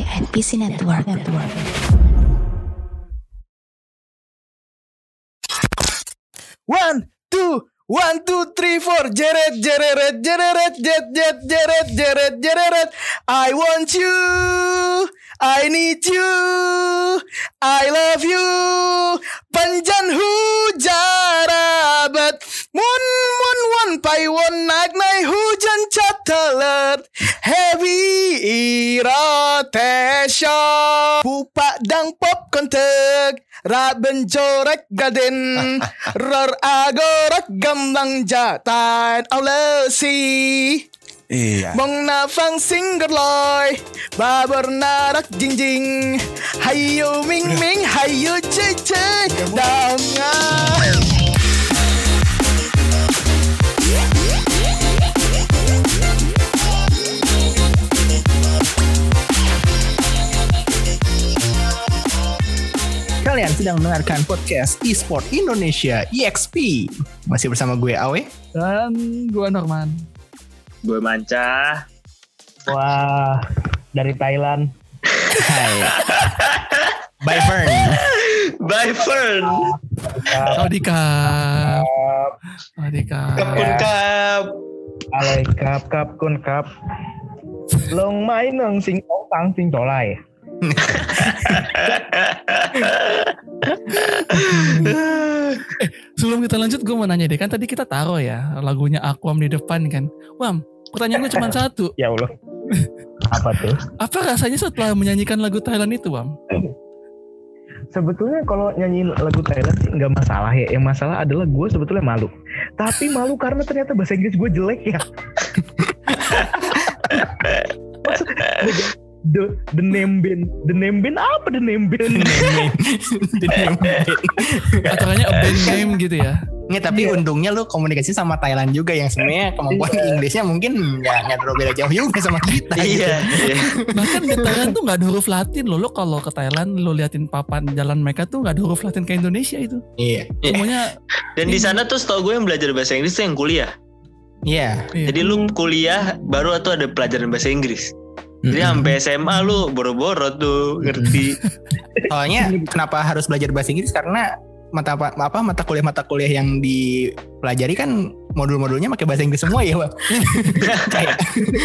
NPC Network. One, two, 3, 4. Jeret. I want you. I need you. I love you. Panjan hujarabat. Mun pai won nagnai hujan catalet. Heavy rotation. Pupak dang pop konteg. Raben jorek gaden. Ror agorak gambang jatan. Aulesi. Iya. Bong nafang singgerloy, babar narak jingjing, hayu ming ming, hayu cece, danga. Kalian sedang mendengarkan podcast eSport Indonesia EXP. Masih bersama gue Awe dan gue Norman. Gue Manca. Wah, dari Thailand. Hai. Bye Fern. Bye Fern. Sawadee kap. Kapun kap. Alay kap kun kap. Long mai neng sing ong tang sing tolai. Sebelum kita lanjut gue mau nanya deh, kan tadi kita taruh ya lagunya Aquam di depan kan. Wam, pertanyaan gue cuma satu. Ya Allah. Apa tuh? Apa rasanya setelah menyanyikan lagu Thailand itu, Wam? Sebetulnya kalau nyanyi lagu Thailand sih nggak masalah ya. Yang masalah adalah gue sebetulnya malu. Tapi malu karena ternyata bahasa Inggris gue jelek ya. The name band apa the name band? Aturannya a band name gitu ya. Nggak, tapi untungnya lu komunikasi sama Thailand juga yang sebenarnya kemampuan Inggrisnya mungkin nggak terlalu beda jauh juga sama kita. Iya. Bahkan di Thailand tuh nggak ada huruf Latin loh. Lo kalau ke Thailand lo liatin papan jalan mereka tuh nggak ada huruf Latin kayak Indonesia itu. Iya. Semuanya. Dan di sana tuh setahu gue yang belajar bahasa Inggris tuh yang kuliah. Iya. Jadi lu kuliah baru tuh ada pelajaran bahasa Inggris. Jadi sampai SMA lu boro-boro tuh ngerti. Soalnya kenapa harus belajar bahasa Inggris, karena mata kuliah yang dipelajari kan modul-modulnya pakai bahasa Inggris semua ya, Pak. Kayak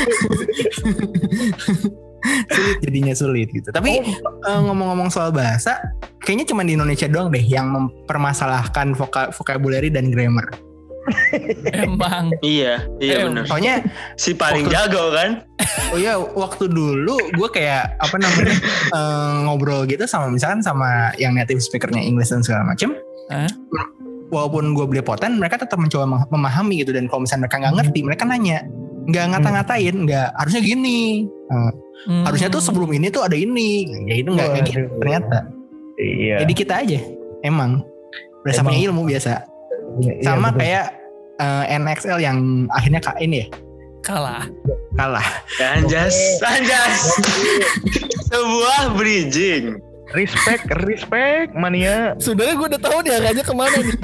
sulit gitu. Tapi ngomong-ngomong soal bahasa, kayaknya cuma di Indonesia doang deh yang mempermasalahkan vocabulary dan grammar. Emang. Iya benar. Soalnya si paling jago kan. Oh iya, waktu dulu gue kayak ngobrol gitu sama misalkan sama yang native speakernya English dan segala macem. Walaupun gue belepotan, mereka tetap mencoba memahami gitu. Dan kalau misalnya mereka nggak ngerti, mereka nanya, nggak ngata-ngatain, nggak harusnya gini, harusnya tuh sebelum ini tuh ada ini, ya itu nggak kayak gitu ternyata. Iya. Jadi kita aja emang bersamanya ilmu biasa. Sama kayak NXL yang akhirnya ini ya kalah. Anjas. Sebuah bridging. Respect mania. Sebenarnya gue udah tahu nih arahnya kemana nih.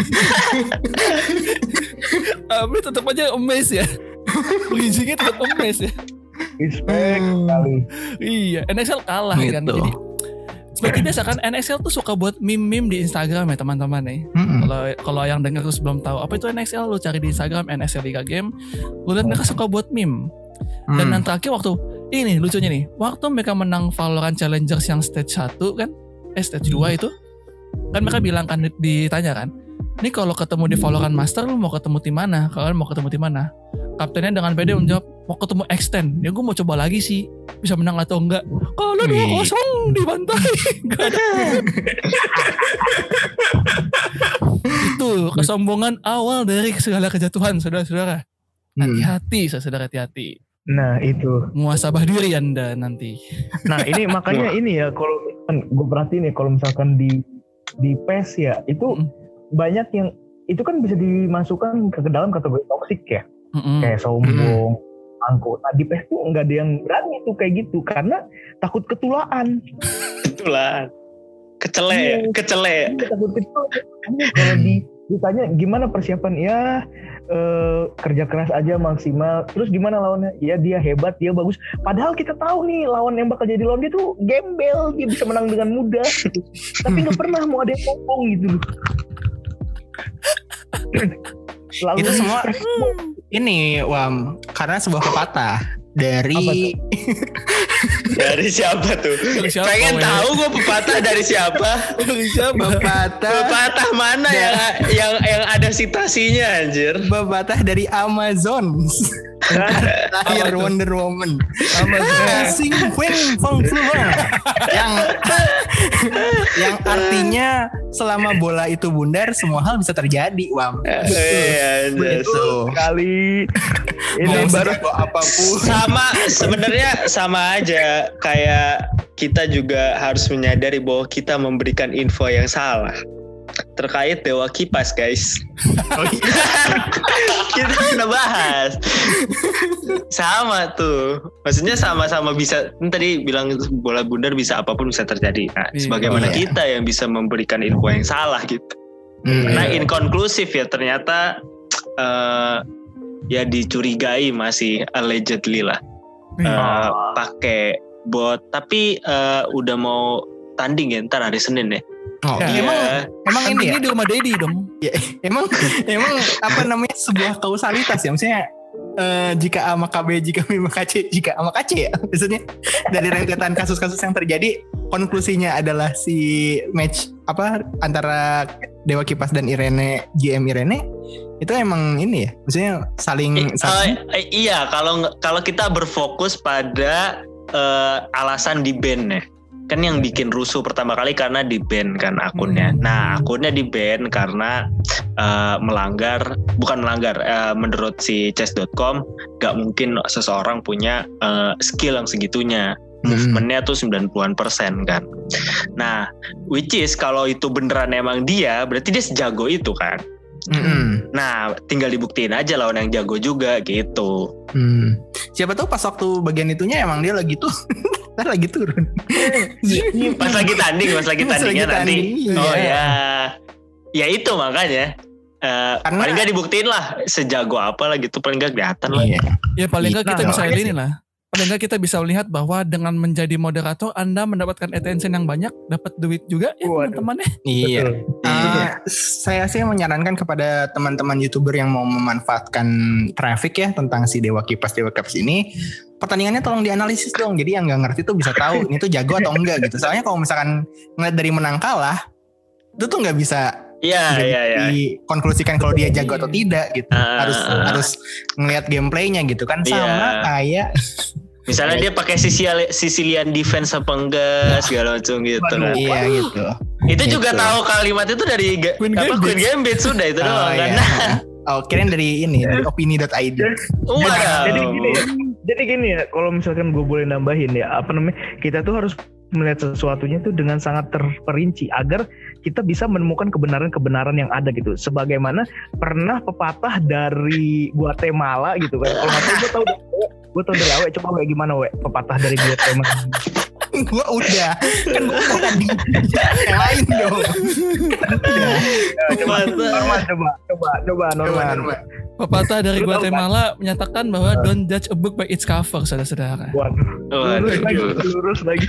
Tapi tetap aja amazed ya. Bridgingnya tetap amazed ya. Respect kali. Iya, NXL kalah gitu. Kan. Jadi seperti biasa kan NXL tuh suka buat meme di Instagram ya teman-teman nih. Kalau yang dengar terus belum tahu apa itu NXL, lu cari di Instagram NXL Liga Game. Lu lihat mereka suka buat meme. Dan yang terakhir waktu ini lucunya nih, waktu mereka menang Valorant Challengers yang stage 1 kan, stage 2 itu kan mereka bilang kan ditanya kan, nih kalau ketemu di Valorant Master lu mau ketemu tim mana? Kalian mau ketemu tim mana? Kaptennya dengan pede menjawab, mau ketemu Extend. Ya gue mau coba lagi sih, bisa menang atau enggak. Kalau 2-0 dibantai. Gak ada. Itu kesombongan awal dari segala kejatuhan, saudara-saudara. Hati-hati, saudara-hati. Nah itu. Muhasabah diri Anda nanti. Nah ini makanya ini ya, kalau gue perhatiin nih, kalau misalkan di PES ya, itu banyak yang itu kan bisa dimasukkan ke dalam kategori toksik ya. Kayak sombong, angkuh. Nah di PES tuh nggak ada yang berani tuh kayak gitu karena takut ketulaan. Kecele. Kecele. Takut ketulaan. Kalau ditanya gimana persiapan ya, kerja keras aja maksimal. Terus gimana lawannya? Ya dia hebat, dia bagus. Padahal kita tahu nih lawan yang bakal jadi lawan dia tuh gembel, dia bisa menang dengan mudah. Gitu. Tapi nggak pernah mau ada yang ngomong gitu loh. Lalu itu semua ini Wam, karena sebuah pepatah dari dari siapa tuh? Pengen tahu gue pepatah dari siapa? Pepatah mana yang ada citasinya anjir? Pepatah dari Amazon. Lahir Wonder Woman. Sing Wen Feng Fluang. Yang artinya selama bola itu bundar semua hal bisa terjadi, Wam. Betul sekali. Ini baru apapun. Sebenarnya sama aja kayak kita juga harus menyadari bahwa kita memberikan info yang salah terkait Dewa Kipas, guys. Kita udah bahas. Sama tuh. Maksudnya sama-sama bisa. Tadi bilang bola bundar bisa apapun bisa terjadi. Nah, sebagaimana kita yang bisa memberikan info yang salah gitu. Karena inkonklusif ya ternyata ya dicurigai masih allegedly lah. Pakai bot. Tapi udah mau tanding ya ntar hari Senin ya. Emang ini di rumah Dedi dong. Ya, emang apa namanya sebuah kausalitas ya, maksudnya jika A maka B, jika B maka C, jika A maka C ya. Maksudnya dari rentetan kasus-kasus yang terjadi, konklusinya adalah si match apa antara Dewa Kipas dan Irene, GM Irene itu emang ini ya, maksudnya saling iya, kalau kita berfokus pada alasan di ban ya. Kan yang bikin rusuh pertama kali karena di ban kan akunnya. Nah, akunnya di ban karena bukan melanggar. Menurut si chess.com gak mungkin seseorang punya skill yang segitunya. Movementnya tuh 90% kan. Nah, which is kalau itu beneran emang dia, berarti dia sejago itu kan. Nah, tinggal dibuktiin aja lawan yang jago juga gitu. Siapa tahu pas waktu bagian itunya emang dia lagi tuh lagi turun. Pas lagi tandingnya nanti. Oh ya. Ya itu makanya. Paling gak dibuktiin lah sejago apa lah gitu, paling gak kelihatan lah. Ya paling gak kita bisa ini lah. Paling gak kita bisa melihat bahwa dengan menjadi moderator Anda mendapatkan attention yang banyak, dapat duit juga ya teman-temannya. Iya. Saya sih menyarankan kepada teman-teman YouTuber yang mau memanfaatkan traffic ya tentang si Dewa Kipas ini, pertandingannya tolong dianalisis dong. Jadi yang nggak ngerti tuh bisa tahu ini tuh jago atau enggak gitu. Soalnya kalau misalkan ngeliat dari menang kalah, itu tuh nggak bisa dikonklusikan kalau dia jago atau tidak gitu. Harus ngelihat gameplaynya gitu kan. Sama kayak misalnya dia pakai Sicilian defense apa enggak segala macam gitu kan. Iya gitu. Itu juga tahu kalimat itu dari Queen Gambit sudah itu doang kan. Kirain dari ini dari opini.id. Jadi gini ya, kalau misalkan gue boleh nambahin ya, kita tuh harus melihat sesuatunya tuh dengan sangat terperinci agar kita bisa menemukan kebenaran-kebenaran yang ada gitu. Sebagaimana pernah pepatah dari Guatemala gitu kan. Kalau nggak tahu gue tahu dari Awe, coba kayak gimana Awe pepatah dari Guatemala. Gue udah kan gue tadi yang lain dong. Coba normal. Pepatah dari Guatemala menyatakan bahwa don't judge a book by its cover, saudara-saudara. Lurus lagi.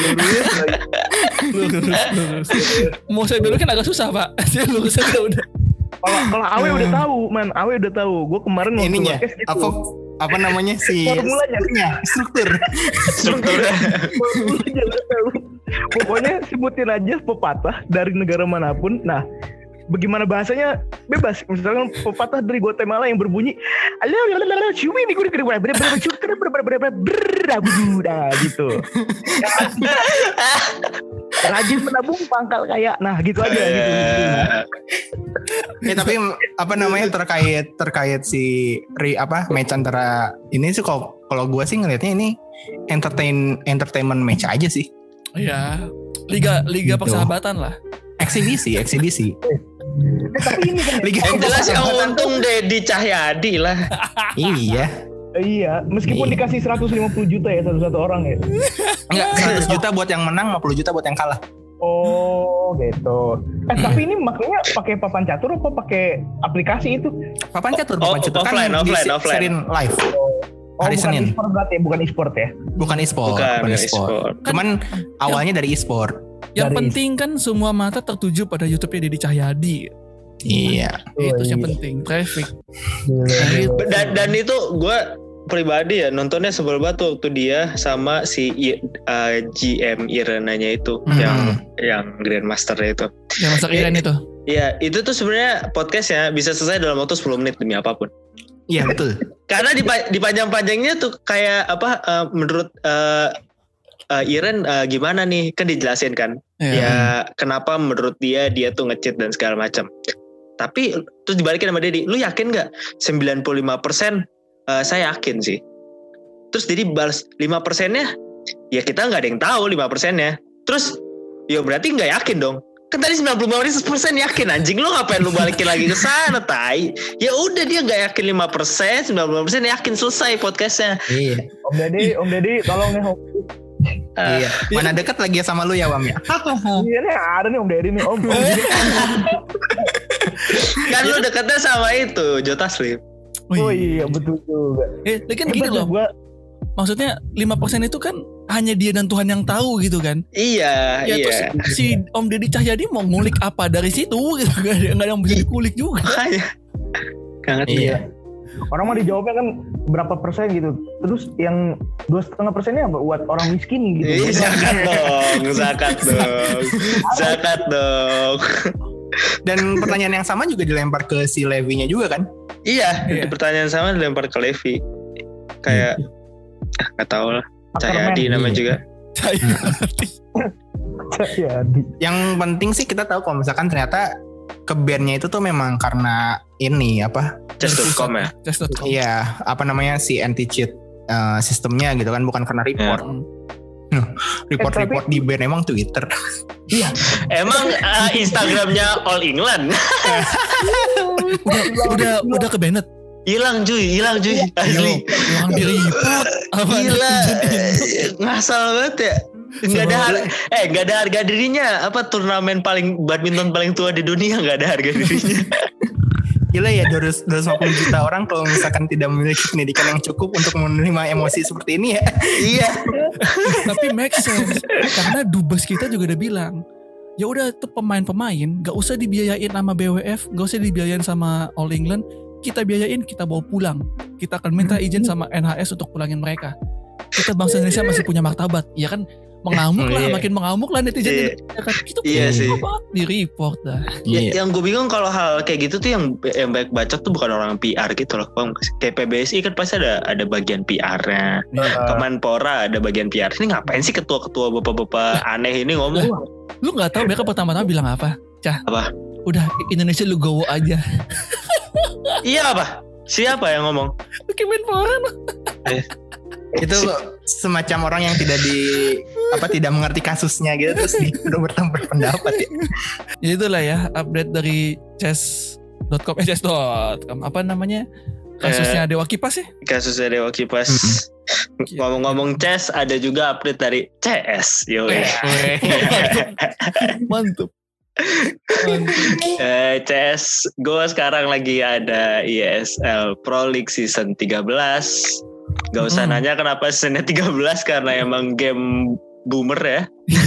Mau saya dulu kan agak susah Pak. Saya lurus aja udah. Kalau Awe udah tahu, Awe udah tahu. Gue kemarin waktu podcast gitu. Apa namanya si formulanya? Struktur. Formulanya udah tahu. Pokoknya sebutin aja pepatah dari negara manapun. Nah, bagaimana bahasanya bebas. Misalkan pepatah dari Guatemala yang berbunyi gitu. Rajin menabung pangkal kaya. Nah, gitu aja gitu. Tapi terkait si match antara ini sih kalau gue sih ngelihatnya ini entertainment match aja sih. Iya. Liga gitu. Persahabatan lah. Eksibisi. Tapi ini kan yang jelas yang untung Dedi Cahyadi lah. Iya, meskipun dikasih 150 juta ya satu orang ya. Enggak, 100 juta buat yang menang, 50 juta buat yang kalah. Oh gitu. Tapi ini makanya pakai papan catur apa pakai aplikasi itu? Papan catur kan offline. live. Hari Senin. Bukan e-sport ya? Bukan e-sport. Cuman awalnya dari e-sport. Yang penting kan semua mata tertuju pada YouTube-nya Deddy Cahyadi. Iya. Itu yang penting, traffic. Dan itu gue pribadi ya nontonnya sebel banget waktu dia sama si GM Irenanya itu yang Grandmaster-nya itu. Yang masak Iren itu. Iya, itu tuh sebenarnya podcastnya bisa selesai dalam waktu 10 menit demi apapun. Iya betul. Karena di panjang-panjangnya tuh kayak menurut Iren gimana nih, kan dijelasin kan ya kenapa menurut dia tuh nge-cheat dan segala macam. Tapi terus dibalikin sama Deddy, lu yakin gak 95% saya yakin sih. Terus Deddy balas 5%-nya ya kita gak ada yang tahu 5%-nya. Terus ya berarti gak yakin dong. Kan tadi 95% yakin, anjing, lu ngapain lu balikin lagi ke sana, tai? Ya udah, dia gak yakin 5%, 95% yakin, selesai podcastnya. Iya. Om Deddy tolong ya. Iya. Mana dekat lagi sama lu ya, Wam ya? Iya nih, ada nih Om Deddy nih, Om. Kan lu dekatnya sama itu Jota Slim. Oh iya betul juga. Kan gini loh. Maksudnya 5% itu kan hanya dia dan Tuhan yang tahu gitu kan. Iya. Terus si Om Deddy Cahyadi mau ngulik apa dari situ gitu. Gak ada yang bisa dikulik juga. Iya. Orang mah dijawabnya kan berapa persen gitu. Terus yang 2,5%-nya buat orang miskin gitu. Zakat dong. Dan pertanyaan yang sama juga dilempar ke si Levi-nya juga kan? Iya. Pertanyaan sama dilempar ke Levi. Kayak gak tau lah. Cahyadi namanya juga. Cahyadi. Yang penting sih kita tahu kalau misalkan ternyata ke bandnya itu tuh memang karena ini apa? Chess.com ya? Chess.com. Iya, apa namanya si anti-cheat sistemnya gitu kan, bukan karena report. Report di band emang Twitter. Iya. Emang Instagramnya All England. udah ke banned. Hilang cuy asli. Hilang di report. Gila. Ngasal banget ya. Enggak ada harga dirinya. Apa turnamen badminton paling tua di dunia enggak ada harga dirinya. Gila ya, 250 juta orang kalau misalkan tidak memiliki pendidikan yang cukup untuk menerima emosi seperti ini ya. Iya. Tapi make sense. Karena dubes kita juga udah bilang, ya udah tuh pemain-pemain gak usah dibiayain sama BWF, gak usah dibiayain sama All England, kita biayain, kita bawa pulang. Kita akan minta izin sama NHS untuk pulangin mereka. Kita bangsa Indonesia masih punya martabat. Ya kan, makin mengamuk lah netizen. Iya sih. Di report dah. Yang gue bingung kalau hal kayak gitu tuh yang baik bacot tuh bukan orang PR gitu loh. Kayak PBSI kan pasti ada bagian PR-nya. Kemenpora ada bagian PR. Ini ngapain sih ketua-ketua bapak-bapak aneh ini ngomong? Lu nggak tahu mereka pertama-tama bilang apa? Apa? Udah Indonesia lu gowo aja. Iya apa? Siapa yang ngomong? Kemenpora. Itu semacam orang yang tidak mengerti kasusnya gitu terus berpendapat ya. Ya itulah ya update dari chess.com apa namanya kasusnya Dewa Kipas ya? Kasusnya Dewa Kipas. Ngomong-ngomong chess ada juga update dari CS. Mantap. CS gue sekarang lagi ada ESL Pro League Season 13. Gak usah nanya kenapa seasonnya 13, karena emang game boomer ya.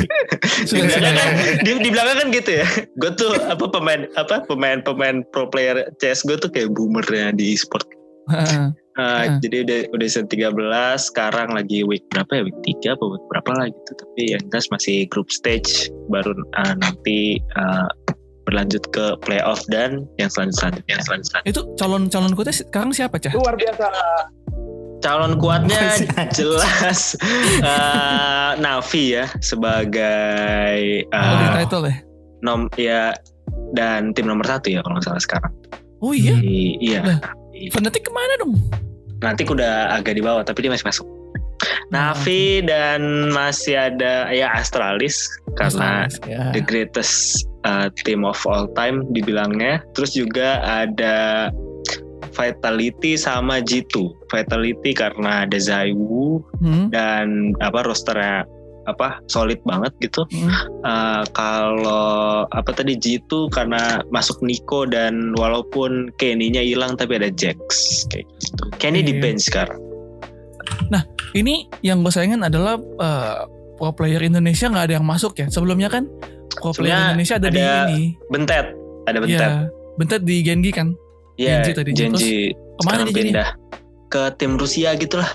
Di belakang kan gitu ya. Gue tuh pemain pro player CS gue tuh kayak boomer ya di e-sport. Jadi udah season 13, sekarang lagi week berapa ya? Week 3 apa week berapa lah gitu. Tapi yang jelas masih group stage, baru nanti berlanjut ke playoff dan yang selanjutnya. Itu calon kuatnya sekarang siapa, Cah? Luar biasa. Calon kuatnya jelas Navi ya sebagai title ya dan tim nomor 1 ya kalau nggak salah sekarang. Oh iya? Iya. Fnatic kemana dong? Fnatic udah agak di bawah tapi dia masih masuk. Navi dan masih ada ya Astralis karena the greatest team of all time dibilangnya. Terus juga ada Vitality sama G2. Vitality karena ada Zaiwu dan rosternya solid banget gitu. Kalau G2 karena masuk Nico dan walaupun Kenny-nya hilang tapi ada Jax kayak gitu. Kenny di bench sekarang. Nah ini yang gue sayangin adalah pro player Indonesia nggak ada yang masuk ya. Sebelumnya kan pro player Indonesia ada di ini. Bentet. Ada Bentet. Iya, Bentet di Genji kan. Iya, Genji. Sekarang pindah ke tim Rusia gitulah.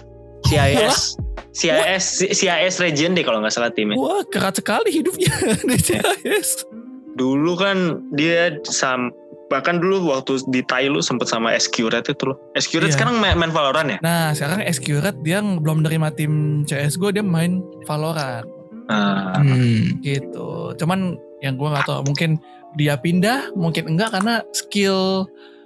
CIS Legend deh kalau nggak salah timnya. Wah, kerat sekali hidupnya di CIS. Dulu kan dia bahkan dulu waktu di Thailand sempat sama SQRed itu loh. SQRed sekarang main Valorant ya? Nah, sekarang SQRed dia belum nerima tim CS:GO, dia main Valorant. Gitu. Cuman yang gue nggak tahu, mungkin dia pindah, mungkin enggak karena skill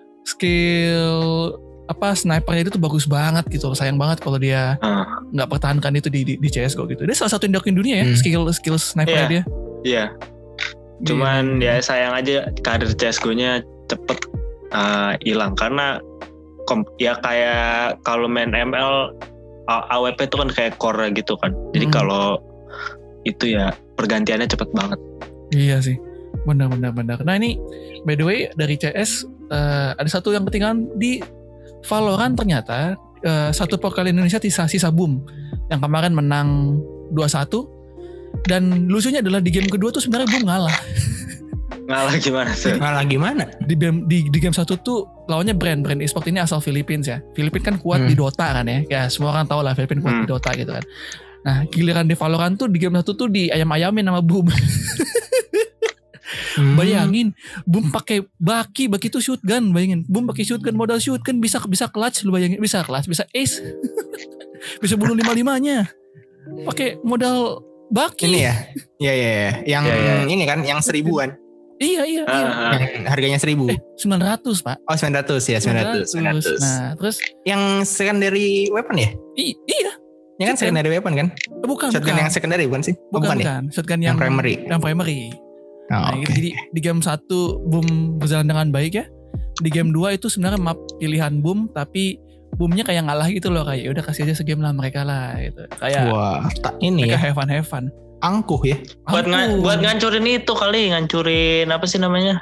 snipernya itu tuh bagus banget gitu. Sayang banget kalau dia nggak pertahankan itu di CS:GO gitu. Dia salah satu yang diakuin dunia ya, skill snipernya dia. Iya. Cuman ya sayang aja karir CS:GO-nya cepet hilang karena ya kayak kalau main ML AWP itu kan kayak core gitu kan. Jadi kalau itu ya pergantiannya cepet banget. Iya sih. Benar. Nah ini by the way dari CS ada satu yang ketinggalan di Valorant ternyata satu pokal Indonesia sisa Boom yang kemarin menang 2-1 dan lucunya adalah di game kedua tuh sebenarnya Boom ngalah. Ngalah gimana sih? Ngalah gimana? Di game 1 tuh lawannya brand e-sport ini asal Philippines ya. Filipina kan kuat di Dota kan ya. Ya semua orang tahu lah Filipina kuat di Dota gitu kan. Nah giliran di Valorant tuh di game 1 tuh di ayam-ayamin sama Boom. Bayangin Boom pakai baki itu shotgun, bayangin Boom pakai shotgun, modal shotgun bisa clutch, lu bayangin bisa clutch, bisa ace. Bisa bunuh 5-5-nya pakai modal baki. Ini ya. Iya. Yang ini kan yang 1000-an. Iya. Yang harganya 1000. 900 Pak. Oh 900 ya 900. Nah terus yang secondary weapon ya? Iya. Yang kan secondary weapon kan? Bukan. Shotgun yang secondary bukan sih? Bukan. Ya? Shotgun yang primary. Nah, jadi di game 1 Boom berjalan dengan baik ya. Di game 2 itu sebenarnya map pilihan Boom, tapi Boomnya kayak ngalah gitu loh, kayak udah kasih aja segame lah mereka lah gitu. Kayak wah, ini mereka ya. have fun. Angkuh ya. Buat ngancurin itu kali, ngancurin apa sih namanya?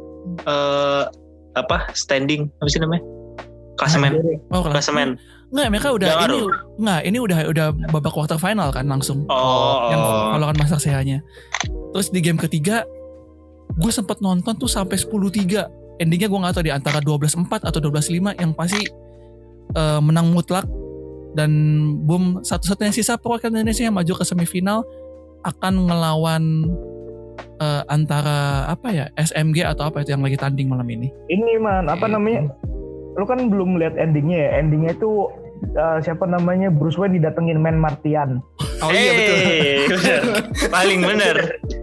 Standing apa sih namanya? Klasemen. Klasemen. Enggak, mereka udah ini udah babak quarter final kan langsung. Yang Valorant Master CH-nya. Terus di game ketiga gue sempat nonton tuh sampai 10-3. Endingnya gue gak tahu di antara 12-4 atau 12-5 yang pasti menang mutlak. Dan Boom satu-satunya sisa perwakilan Indonesia yang maju ke semifinal akan ngelawan antara SMG atau apa itu yang lagi tanding malam ini. Ini namanya? Lu kan belum lihat endingnya ya. Endingnya itu siapa namanya, Bruce Wayne didatengin Man Martian. Oh iya betul. Bener. Paling bener.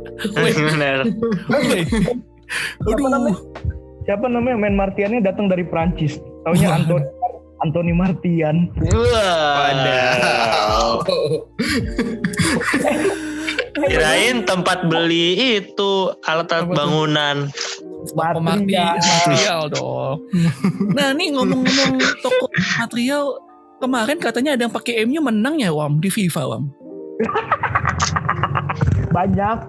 Siapa namanya Man Martiannya datang dari Prancis. Taunya Anthony Martian. Wow. Kirain tempat beli itu alat-alat bangunan. Material dong. Nah nih ngomong-ngomong toko material, kemarin katanya ada yang pakai MU menang ya Wam di FIFA Wam. Banyak.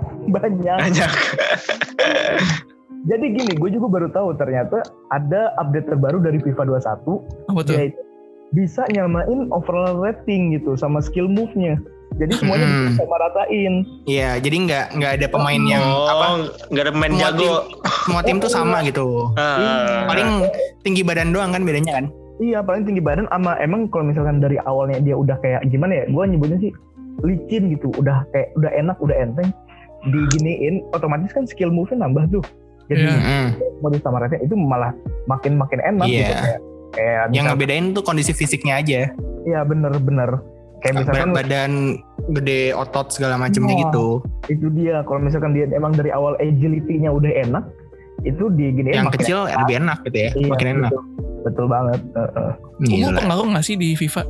Jadi gini, gue juga baru tahu ternyata ada update terbaru dari FIFA 21. Yaitu bisa nyamain overall rating gitu sama skill move-nya. Jadi semuanya bisa sama ratain. Iya, jadi nggak ada pemain yang nggak ada pemain jago. Semua tim tuh sama gitu. Paling tinggi badan doang kan bedanya kan? Iya, paling tinggi badan sama emang kalau misalkan dari awalnya dia udah kayak gimana ya? Gue nyebutnya sih licin gitu, udah enak, udah enteng. Diginiin otomatis kan skill move-nya nambah tuh. Jadi modus sama rating itu malah makin enak gitu kayak yang ngebedain tuh kondisi fisiknya aja. Iya, bener. Kayak misalkan badan gede, otot segala macemnya gitu. Itu dia, kalau misalkan dia emang dari awal agility-nya udah enak, itu diginiin yang kecil lebih enak gitu ya. Iya, makin enak. Betul banget. Kamu pengaruh gak sih di FIFA?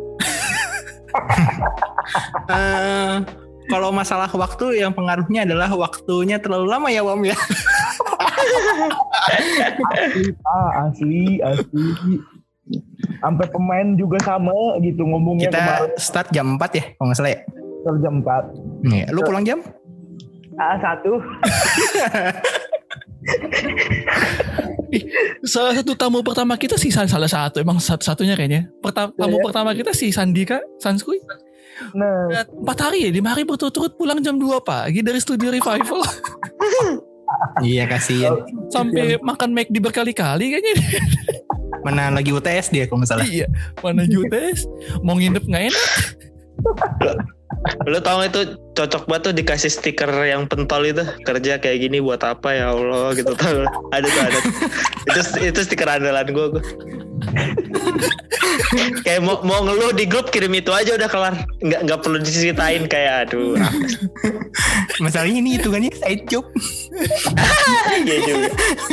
Kalau masalah waktu, yang pengaruhnya adalah waktunya terlalu lama ya Wam ya. Asli. Sampai pemain juga sama gitu ngomongnya. Kita start jam 4 ya kalau gak salah ya. jam 4. Nih, lu pulang jam? 1. Salah satu tamu pertama kita sih salah satu, emang satu-satunya kayaknya. Tamu pertama kita si Sandika Sanskuy. Nah, 4 hari ya, 5 hari berturut-turut pulang jam 2 pagi dari studio Revival. Iya, kasihan. Sampai makan McD berkali-kali kayaknya. Mana lagi UTS dia kalau nggak salah. Iya, mana UTS, mau nginep nggak enak. Lo tau gak itu cocok banget tuh dikasih stiker yang pentol itu, kerja kayak gini buat apa ya Allah gitu, tau. Ada. Itu stiker andalan gue. Kayak mau ngeluh di grup kirim itu aja udah kelar, nggak perlu diceritain kayak aduh. Masalahnya ini hitungannya side job. Iya juga.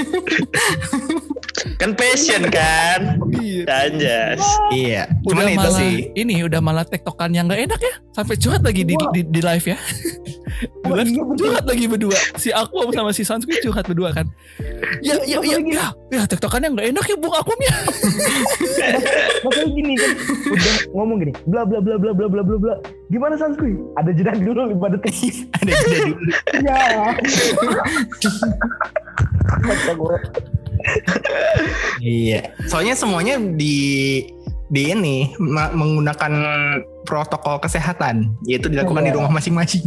Kan passion kan. Anjas. Iya. Cuman itu malah, sih. Ini udah malah tektokan yang nggak enak ya. Sampai curhat lagi di live ya. Curhat lagi berdua. Si aku sama si Sanskuy curhat berdua kan. Ya tektokan yang nggak enak ya Bung Akumnya. makanya gini kan, udah ngomong gini, bla bla bla bla bla bla bla bla. Gimana Sanskuy? Ada jeda dulu 5 detik. Ada jeda dulu. Ya. Kata gue. Iya. Soalnya semuanya di ini menggunakan protokol kesehatan, yaitu dilakukan di rumah masing-masing.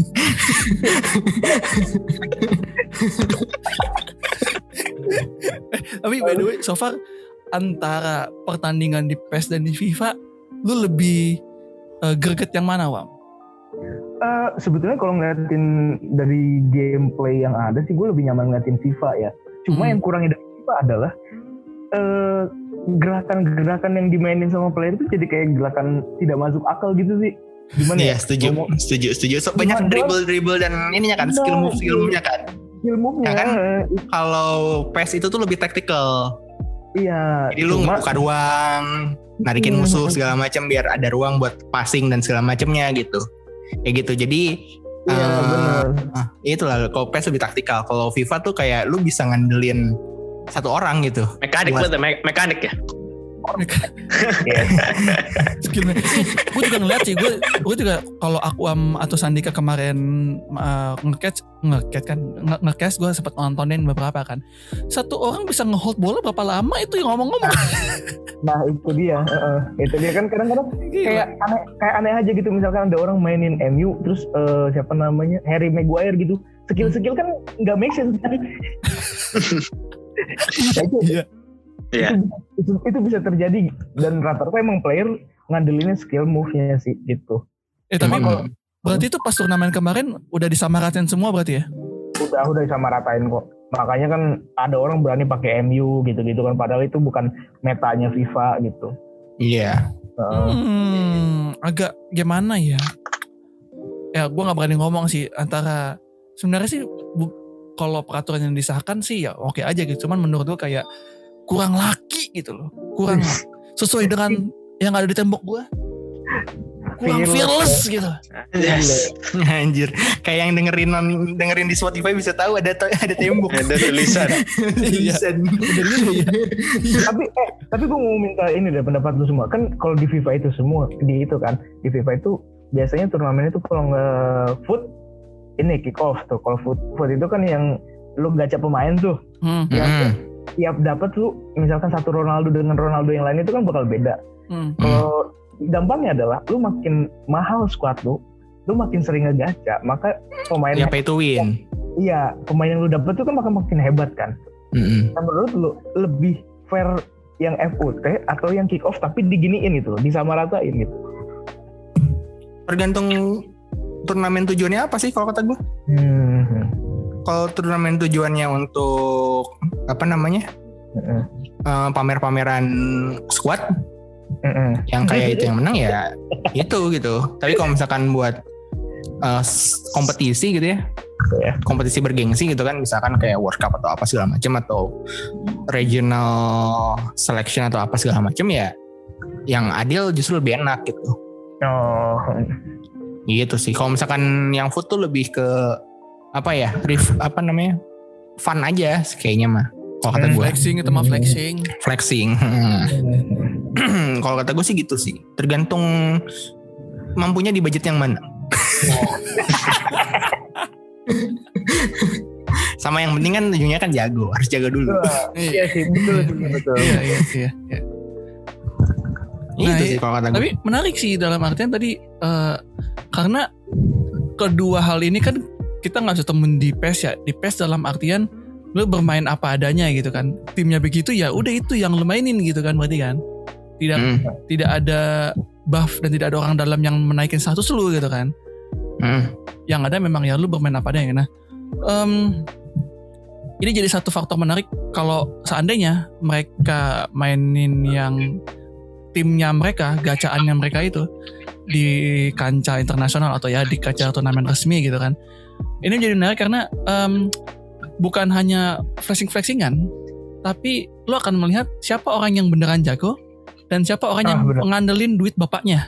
Tapi by the way, so far antara pertandingan di PES dan di FIFA, lu lebih greget yang mana, Wam? Sebetulnya kalau ngeliatin dari gameplay yang ada sih, gue lebih nyaman ngeliatin FIFA ya. Cuma yang kurangnya dari FIFA adalah gerakan-gerakan yang dimainin sama player itu jadi kayak gerakan tidak masuk akal gitu sih. Gimana ya? Setuju. So, banyak dribble dan ininya kan, skill move-nya kan. Skill move-nya ya kan. Kalau PES itu tuh lebih tactical. Iya. Jadi lu ngebuka ruang, narikin musuh segala macam biar ada ruang buat passing dan segala macamnya gitu. Kayak gitu. Jadi benar. Itulah kalau PES lebih taktikal. Kalau FIFA tuh kayak lu bisa ngandelin satu orang gitu. Mekanik ya. Gue juga ngeliat sih, gue juga kalau Aquam atau Sandika kemarin nge-catch gue sempat nontonin beberapa kan. Satu orang bisa nge-hold bola berapa lama itu yang ngomong-ngomong. Nah itu dia kan kadang-kadang kayak aneh aja gitu. Misalkan ada orang mainin MU terus siapa namanya Harry Maguire gitu, skill kan nggak make sense kan. Itu bisa terjadi dan rata-rata emang player ngandelinnya skill move-nya sih gitu. Tapi berarti itu pas turnamen kemarin udah disamaratain semua berarti ya? Udah disamaratain kok. Makanya kan ada orang berani pakai MU gitu-gitu kan, padahal itu bukan metanya FIFA gitu. Iya. Agak gimana ya? Ya gue nggak berani ngomong sih, antara sebenarnya sih kalau peraturan yang disahkan sih ya oke aja gitu. Cuman menurut gue kayak kurang laki gitu loh. Kurang sesuai dengan yang ada di tembok gue. Kurang fearless gitu. Yes. Anjir. Kayak yang dengerin di Spotify bisa tahu ada tembok. Ada tulisan. Tapi gue mau minta ini deh pendapat lu semua. Kan kalau di FIFA itu semua di FIFA itu biasanya turnamen itu kalau nge-foot ini kick off tuh. Kalau foot itu kan yang lu gacha pemain tuh. Tiap dapat lu misalkan satu Ronaldo dengan Ronaldo yang lain itu kan bakal beda. Kalau dampaknya adalah lu makin mahal squad lu makin sering ngegacha, maka pemain pay to win. Iya, pemain yang lu dapat tuh kan makin hebat kan. Nah, menurut lu lebih fair yang FUT atau yang kick off tapi diginiin gitu, disamaratain gitu? Tergantung turnamen tujuannya apa sih kalau kata gue. Kalau turnamen tujuannya untuk apa namanya pamer-pameran squad, yang kayak itu yang menang ya itu gitu. Tapi kalau misalkan buat kompetisi gitu ya, kompetisi bergengsi gitu kan, misalkan kayak World Cup atau apa segala macam atau regional selection atau apa segala macam ya, yang adil justru lebih enak gitu. Gitu sih. Kalau misalkan yang foot tuh lebih ke apa ya, fun aja kayaknya mah. Kalau kata gue flexing. Kalau kata gue sih gitu sih. Tergantung mampunya di budget yang mana. Sama yang penting kan ujungnya kan jago, harus jago dulu. Iya sih, betul. Iya. Itu sih kalau kata gue. Tapi menarik sih dalam artian tadi karena kedua hal ini kan kita nggak bisa temen di PES ya. Di PES dalam artian lu bermain apa adanya gitu kan. Timnya begitu ya udah itu yang lu mainin gitu kan berarti kan. Tidak ada buff dan tidak ada orang dalam yang menaikin status lu gitu kan. Yang ada memang ya lu bermain apa adanya. Nah, ini jadi satu faktor menarik kalau seandainya mereka mainin yang timnya mereka, gacaannya mereka itu di kancah internasional atau ya di kancah turnamen resmi gitu kan. Ini jadi menarik karena bukan hanya flexing-flexingan, tapi lo akan melihat siapa orang yang beneran jago dan siapa orang yang ngandelin duit bapaknya.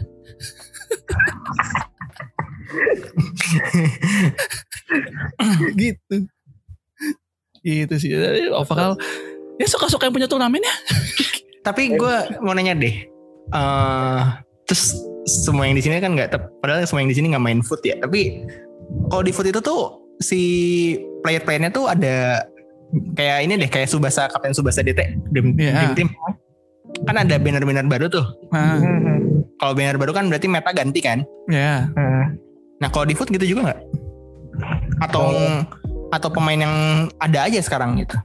Gitu sih. Jadi overall ya suka-suka yang punya turnamen ya. Tapi gue mau nanya deh, terus semua yang di sini kan padahal semua yang di sini nggak main foot ya. Tapi kalau di foot itu tuh si player-playernya tuh ada kayak ini deh, kayak Kapten Tsubasa DT Dream Team. Kan ada banner-banner baru tuh. Kalau banner baru kan berarti meta ganti kan? Iya. Nah kalau di foot gitu juga nggak? Atau pemain yang ada aja sekarang gitu?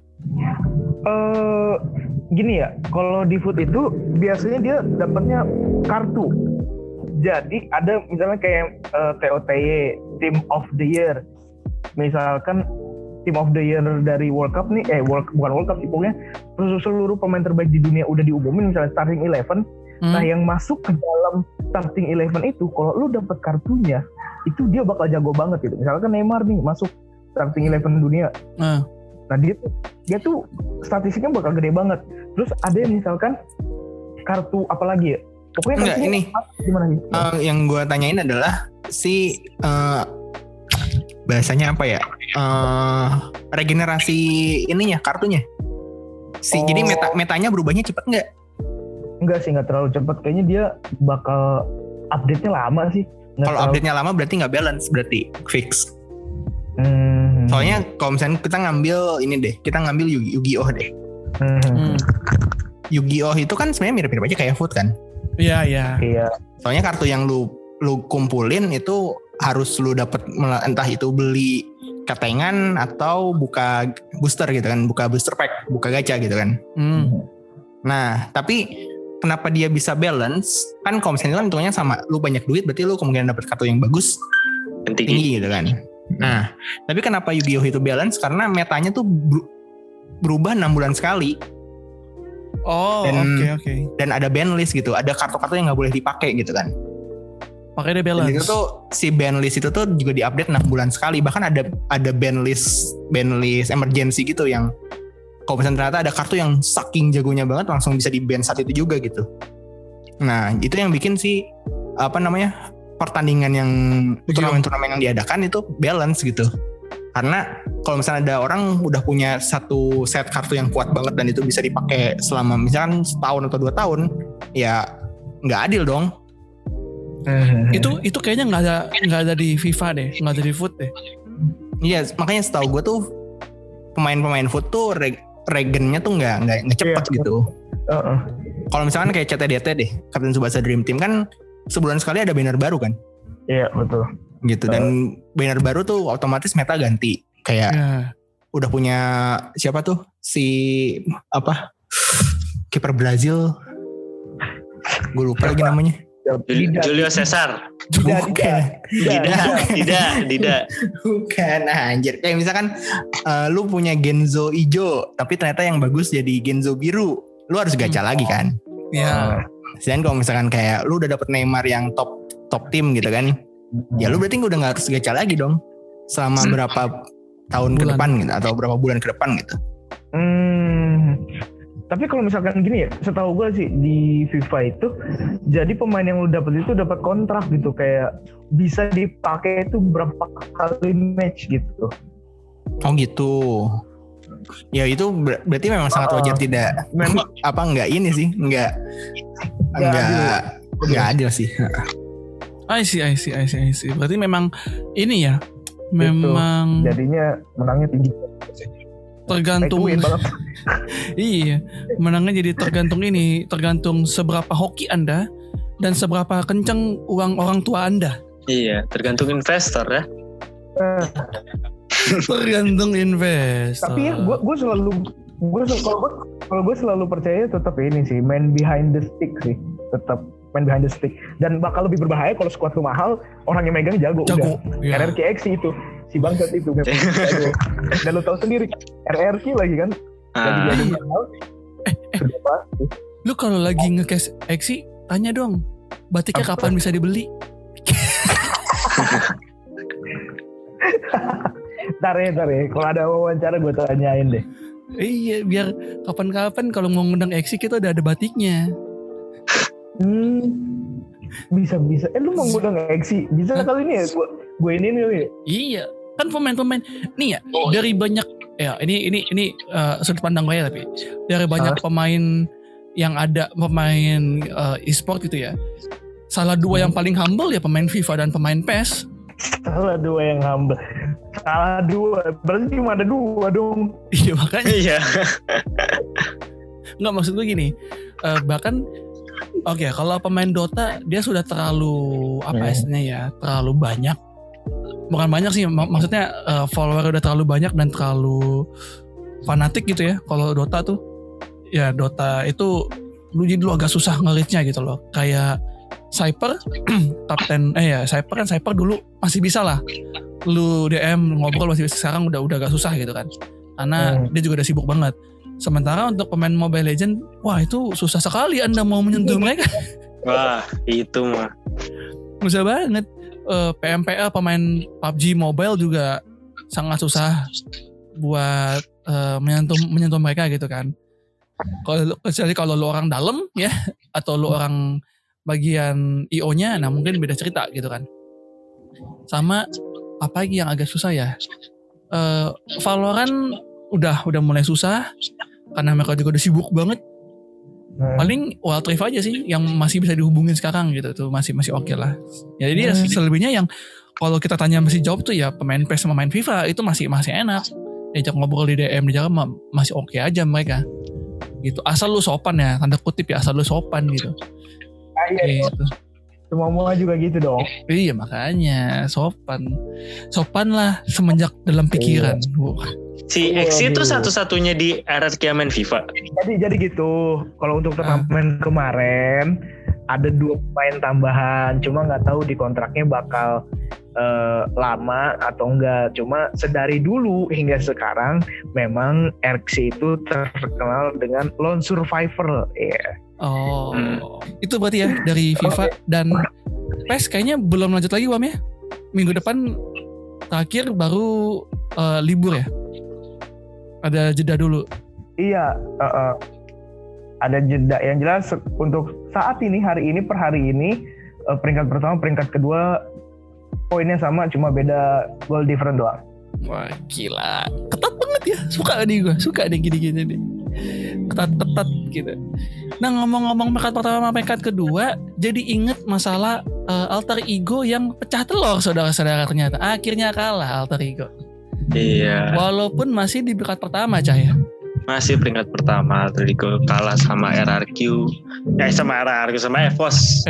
Gini ya, kalau di foot itu biasanya dia dapatnya kartu. Jadi ada misalnya kayak TOTY Team of the Year. Misalkan Team of the Year dari World Cup nih, bukan World Cup sih, pokoknya seluruh pemain terbaik di dunia udah diumumin misalnya starting 11. Nah yang masuk ke dalam starting 11 itu, kalau lu dapet kartunya, itu dia bakal jago banget gitu. Misalkan Neymar nih masuk starting 11 dunia. Nah dia tuh statistiknya bakal gede banget. Terus ada yang misalkan kartu apa lagi ya? Pokoknya enggak ini. Gimana nih? Yang gue tanyain adalah si bahasanya apa ya? Regenerasi ininya kartunya. Jadi metanya berubahnya cepet nggak? Enggak sih, nggak terlalu cepet. Kayaknya dia bakal update-nya lama sih. Kalau update-nya lama berarti nggak balance, berarti fix. Soalnya kalau misalnya kita ngambil Yu-Gi-Oh deh. Yu-Gi-Oh itu kan sebenarnya mirip-mirip aja kayak foot kan? Iya. Soalnya kartu yang lu kumpulin itu harus lu dapet, entah itu beli ketengan atau buka booster gitu kan, buka booster pack, buka gacha gitu kan. Nah, tapi kenapa dia bisa balance? Kan kalau misalnya hitungannya sama, lu banyak duit berarti lu kemungkinan dapet kartu yang bagus tinggi gitu kan. Nah, tapi kenapa Yu-Gi-Oh itu balance? Karena metanya tuh berubah 6 bulan sekali. Oke. Dan ada ban list gitu, ada kartu-kartu yang nggak boleh dipakai gitu kan. Makanya dia balance. Dan itu tuh si ban list itu tuh juga diupdate 6 bulan sekali. Bahkan ada ban list emergency gitu yang kalau misalnya ternyata ada kartu yang saking jagonya banget langsung bisa di ban saat itu juga gitu. Nah itu yang bikin si pertandingan yang turnamen yang diadakan itu balance gitu. Karena kalau misalnya ada orang udah punya satu set kartu yang kuat banget dan itu bisa dipakai selama misalkan setahun atau 2 tahun, ya nggak adil dong. Itu kayaknya nggak ada di FIFA deh, nggak ada di foot deh. Iya, makanya setahu gue tuh pemain-pemain foot tuh regennya tuh nggak cepet gitu. Kalau misalkan kayak CTDT deh, Kapten Tsubasa Dream Team kan sebulan sekali ada banner baru kan? Iya betul. Gitu, dan banner baru tuh otomatis meta ganti. Kayak udah punya siapa tuh si kiper Brazil, gue lupa lagi namanya. Julio Cesar. Tidak. Bukan, anjir. Kayak misalkan lu punya Genzo hijau, tapi ternyata yang bagus jadi Genzo biru. Lu harus gacha lagi kan? Iya. Dan kalau misalkan kayak lu udah dapet Neymar yang top tim gitu kan, ya lu berarti udah gak harus gacha lagi dong selama berapa tahun ke depan gitu, atau berapa bulan ke depan gitu. Tapi kalau misalkan gini ya, setahu gue sih di FIFA itu, jadi pemain yang lu dapet itu dapat kontrak gitu, kayak bisa dipakai itu berapa kali match gitu. Oh gitu. Ya itu berarti memang sangat wajar, tidak enggak ini sih, enggak adil sih. I see. Berarti memang ini ya, memang jadinya menangnya tinggi. Tergantung. Iya, menangnya jadi tergantung seberapa hoki Anda dan seberapa kenceng uang orang tua Anda. Iya, tergantung investor ya. Tergantung investor. Tapi ya gue selalu percaya tetap ini sih, main behind the stick sih, tetap main behind the stick, dan bakal lebih berbahaya kalau squad lu mahal, orang yang megang jago. Ya. RRQ itu si bangsat itu dan lu tahu sendiri RRQ lagi kan jadi mahal. Lu kalau lagi nge-cash Exi, tanya dong batiknya kapan bisa dibeli. Ntar ya kalau ada wawancara gue tanyain deh. Iya, biar kapan-kapan kalau mau ngundang Exi kita udah ada batiknya. Bisa. Lu mau ngundang Exi? Bisa kali ini ya gue ini nih. Iya, kan pemain-pemain nih ya, dari banyak ya ini sudut pandang gue ya, tapi dari banyak pemain yang ada, pemain e-sport gitu ya. Salah dua yang paling humble ya pemain FIFA dan pemain PES. Salah dua yang humble. Salah dua, berarti cuma ada dua dong. Iya makanya. Iya. Nggak, maksud gue gini, bahkan oke, kalau pemain Dota dia sudah terlalu istilahnya ya, terlalu banyak. Bukan banyak sih, maksudnya follower udah terlalu banyak dan terlalu fanatik gitu ya. Kalau Dota tuh, ya Dota itu lu agak susah nge-reach-nya gitu loh. Kayak Cypher, kapten Cypher dulu masih bisa lah. Lu DM ngobrol masih bisa, sekarang udah agak susah gitu kan. Karena dia juga udah sibuk banget. Sementara untuk pemain Mobile Legends, wah itu susah sekali Anda mau menyentuh mereka. Wah, itu mah. Susah banget. PMPL pemain PUBG Mobile juga sangat susah buat menyentuh mereka gitu kan. Kecuali kalau lu orang dalam ya, atau lu orang bagian IO-nya, nah mungkin beda cerita gitu kan. Sama apa lagi yang agak susah ya? Valorant udah mulai susah karena mereka juga udah sibuk banget. Paling Wild Rift aja sih yang masih bisa dihubungin sekarang gitu tuh, masih oke lah. Ya, jadi selebihnya yang kalau kita tanya masih jawab tuh ya pemain PES sama main FIFA itu masih enak. Diajak ngobrol di DM di jalan masih oke aja mereka. Gitu. Asal lu sopan ya, tanda kutip ya, asal lu sopan gitu. Iya, gitu. Semua juga gitu dong. Iya, makanya sopan lah semenjak dalam pikiran. Si Exi itu satu-satunya di RRQ main FIFA. Jadi gitu. Kalau untuk turnamen kemarin ada 2 pemain tambahan, cuma nggak tahu di kontraknya bakal lama atau enggak. Cuma sedari dulu hingga sekarang memang RRQ itu terkenal dengan lone survivor. Yeah. Oh, itu berarti ya dari FIFA dan PES kayaknya belum lanjut lagi Wam ya. Minggu depan terakhir baru libur ya. Ada jeda dulu. Iya, ada jeda. Yang jelas untuk saat ini, per hari ini peringkat pertama, peringkat kedua poinnya sama, cuma beda goal different doang. Wah gila, ketat banget ya. Suka nih gini-gini nih. Ketat gitu. Nah ngomong-ngomong peringkat pertama peringkat kedua, jadi inget masalah alter ego yang pecah telur saudara-saudara, ternyata akhirnya kalah alter ego. Iya. Walaupun masih di peringkat pertama Cahaya. Masih peringkat pertama, alter ego kalah sama RRQ. Sama EVOS.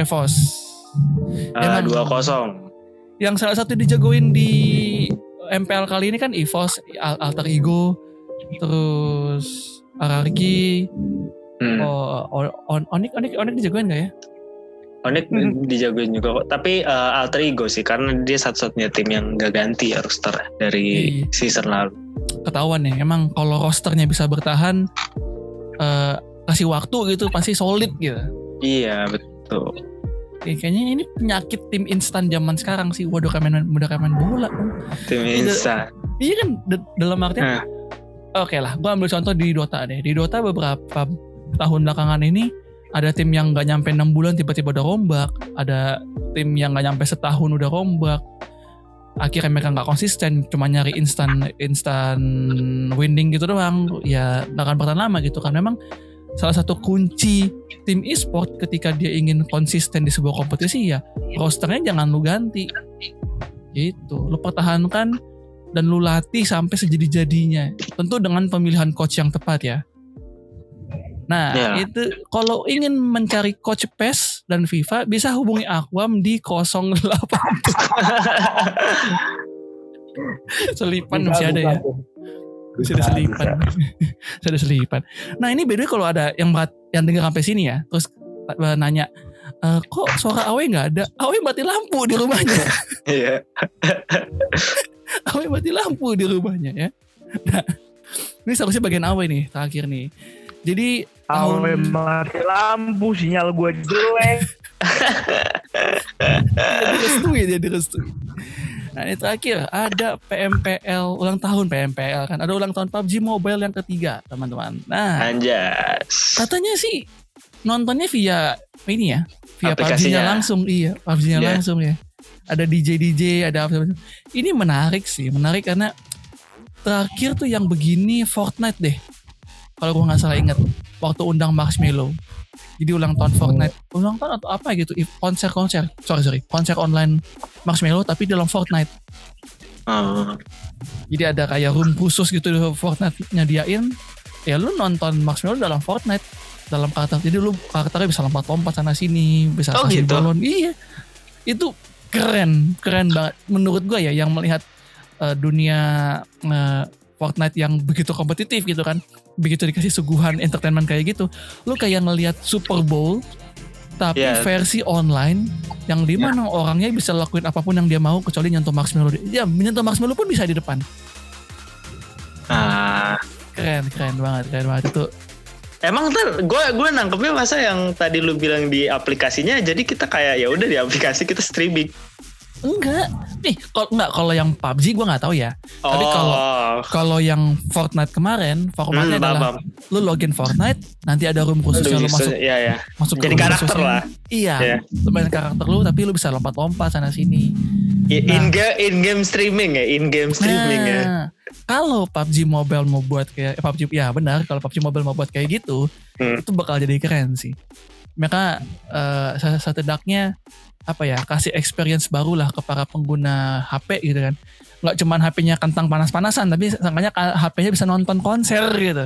2-0. Yang salah satu dijagoin di MPL kali ini kan EVOS, alter ego, terus RRQ. Onyx dijagoin gak ya? Onyx dijagoin juga kok. Tapi alter ego sih, karena dia satu-satunya tim yang gak ganti ya roster dari season lalu. Ketahuan ya, emang kalau rosternya bisa bertahan, kasih waktu gitu pasti solid gitu. Iya betul. Kayaknya ini penyakit tim instan zaman sekarang sih. Waduh, kayak main bola. Tim instan. Iya kan, dalam artian. Oke lah, gue ambil contoh di Dota deh. Di Dota beberapa tahun belakangan ini ada tim yang gak nyampe 6 bulan tiba-tiba udah rombak. Ada tim yang gak nyampe setahun udah rombak. Akhirnya mereka gak konsisten, cuma nyari instan winning gitu doang. Ya gak akan bertahan lama gitu kan. Memang salah satu kunci tim e-sport ketika dia ingin konsisten di sebuah kompetisi ya rosternya jangan lu ganti. Gitu. Lu pertahankan dan lu latih sampai sejadi-jadinya. Tentu dengan pemilihan coach yang tepat ya. Nah, itu kalau ingin mencari coach PES dan FIFA bisa hubungi Aquam di 08. Selipan masih ada ya. Sudah selipan. Nah, ini beda kalau ada yang dengar sampai sini ya. Terus nanya, kok suara Awe nggak ada? Awe mati lampu di rumahnya. Iya. Awe mati lampu di rumahnya ya. Nah, ini seharusnya bagian Awe nih terakhir nih. Jadi Awe mati lampu, sinyal gue jelek. direstui. Nah ini terakhir ada PMPL ulang tahun PMPL kan, ada ulang tahun PUBG Mobile yang ketiga teman-teman. Nah anjas, katanya sih nontonnya via ini ya, via PUBG-nya langsung. Iya, PUBG-nya langsung ya. Ada DJ, ada apa. Ini menarik karena terakhir tuh yang begini Fortnite deh. Kalau gue nggak salah ingat waktu undang Marshmello. Jadi ulang tahun Fortnite, ulang tahun atau apa gitu, konser online Marshmello tapi dalam Fortnite. Jadi ada kayak room khusus gitu di Fortnite nyadiain. Ya lu nonton Marshmello dalam Fortnite, dalam karakter. Jadi lu karakternya bisa lompat-lompat sana sini, bisa kasih gitu? balon. Iya, itu keren banget menurut gue ya, yang melihat dunia Fortnite yang begitu kompetitif gitu kan, begitu dikasih suguhan entertainment kayak gitu, lu kayak ngelihat Super Bowl tapi versi online yang dimana orangnya bisa lakuin apapun yang dia mau kecuali nyentuh Marshmello. Ya menyentuh Marshmello pun bisa di depan. Keren banget itu. Emang ntar gue nangkepnya masa yang tadi lu bilang di aplikasinya, jadi kita kayak ya udah di aplikasi kita streaming. Enggak. Nih, kalau yang PUBG gue nggak tahu ya. Tapi kalau yang Fortnite kemarin, formatnya adalah lu login Fortnite, nanti ada room khususnya lu masuk jadi karakter khususnya. Lah. Iya. Lu main karakter lu tapi lu bisa lompat-lompat sana sini. In-game streaming ya, ya. Kalau PUBG Mobile mau buat kayak PUBG, ya benar, kalau PUBG Mobile mau buat kayak gitu, itu bakal jadi keren sih. Mereka setidaknya kasih experience baru lah ke para pengguna HP gitu kan. Nggak cuman HP-nya kentang panas-panasan, tapi sangkanya HP-nya bisa nonton konser gitu.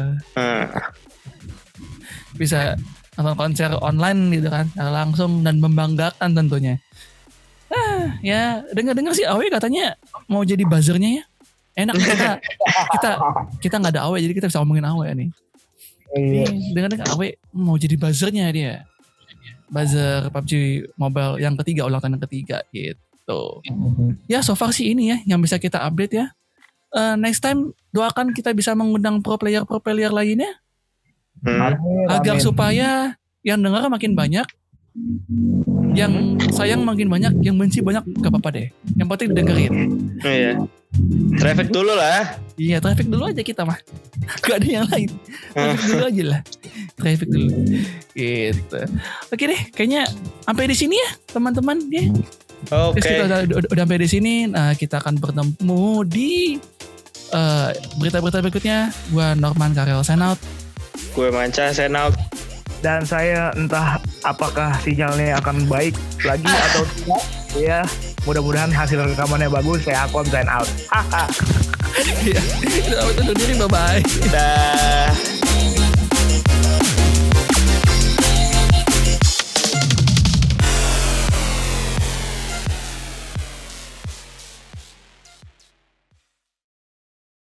Bisa nonton konser online gitu kan, langsung dan membanggakan tentunya. Ya dengar sih Awe katanya mau jadi buzzernya ya. Enak kita nggak ada Awe, jadi kita bisa ngomongin Awe nih. Dengar Awe mau jadi buzzernya dia. Buzzer PUBG Mobile yang ketiga, ulang tahun yang ketiga gitu. Ya so far sih ini ya yang bisa kita update ya. Next time doakan kita bisa mengundang pro player lainnya. Agar supaya yang dengar makin banyak, yang sayang makin banyak, yang benci banyak, gak apa-apa deh. Yang penting didengerin. Iya. Traffic dulu lah. Iya, traffic dulu aja kita mah. Gak ada yang lain. Traffic dulu aja lah. Traffic dulu. Gitu. Oke deh, kayaknya sampai di sini ya, teman-teman ya. Oke. Kita udah sampai di sini. Nah, kita akan bertemu di berita-berita berikutnya. Gua Norman Karel sign out. Gue Manca sign out. Dan saya entah apakah sinyalnya akan baik lagi atau tidak. Ya, mudah-mudahan hasil rekamannya bagus. Saya Aquam sign out. Iya. Kita undur diri, bye-bye. Dah.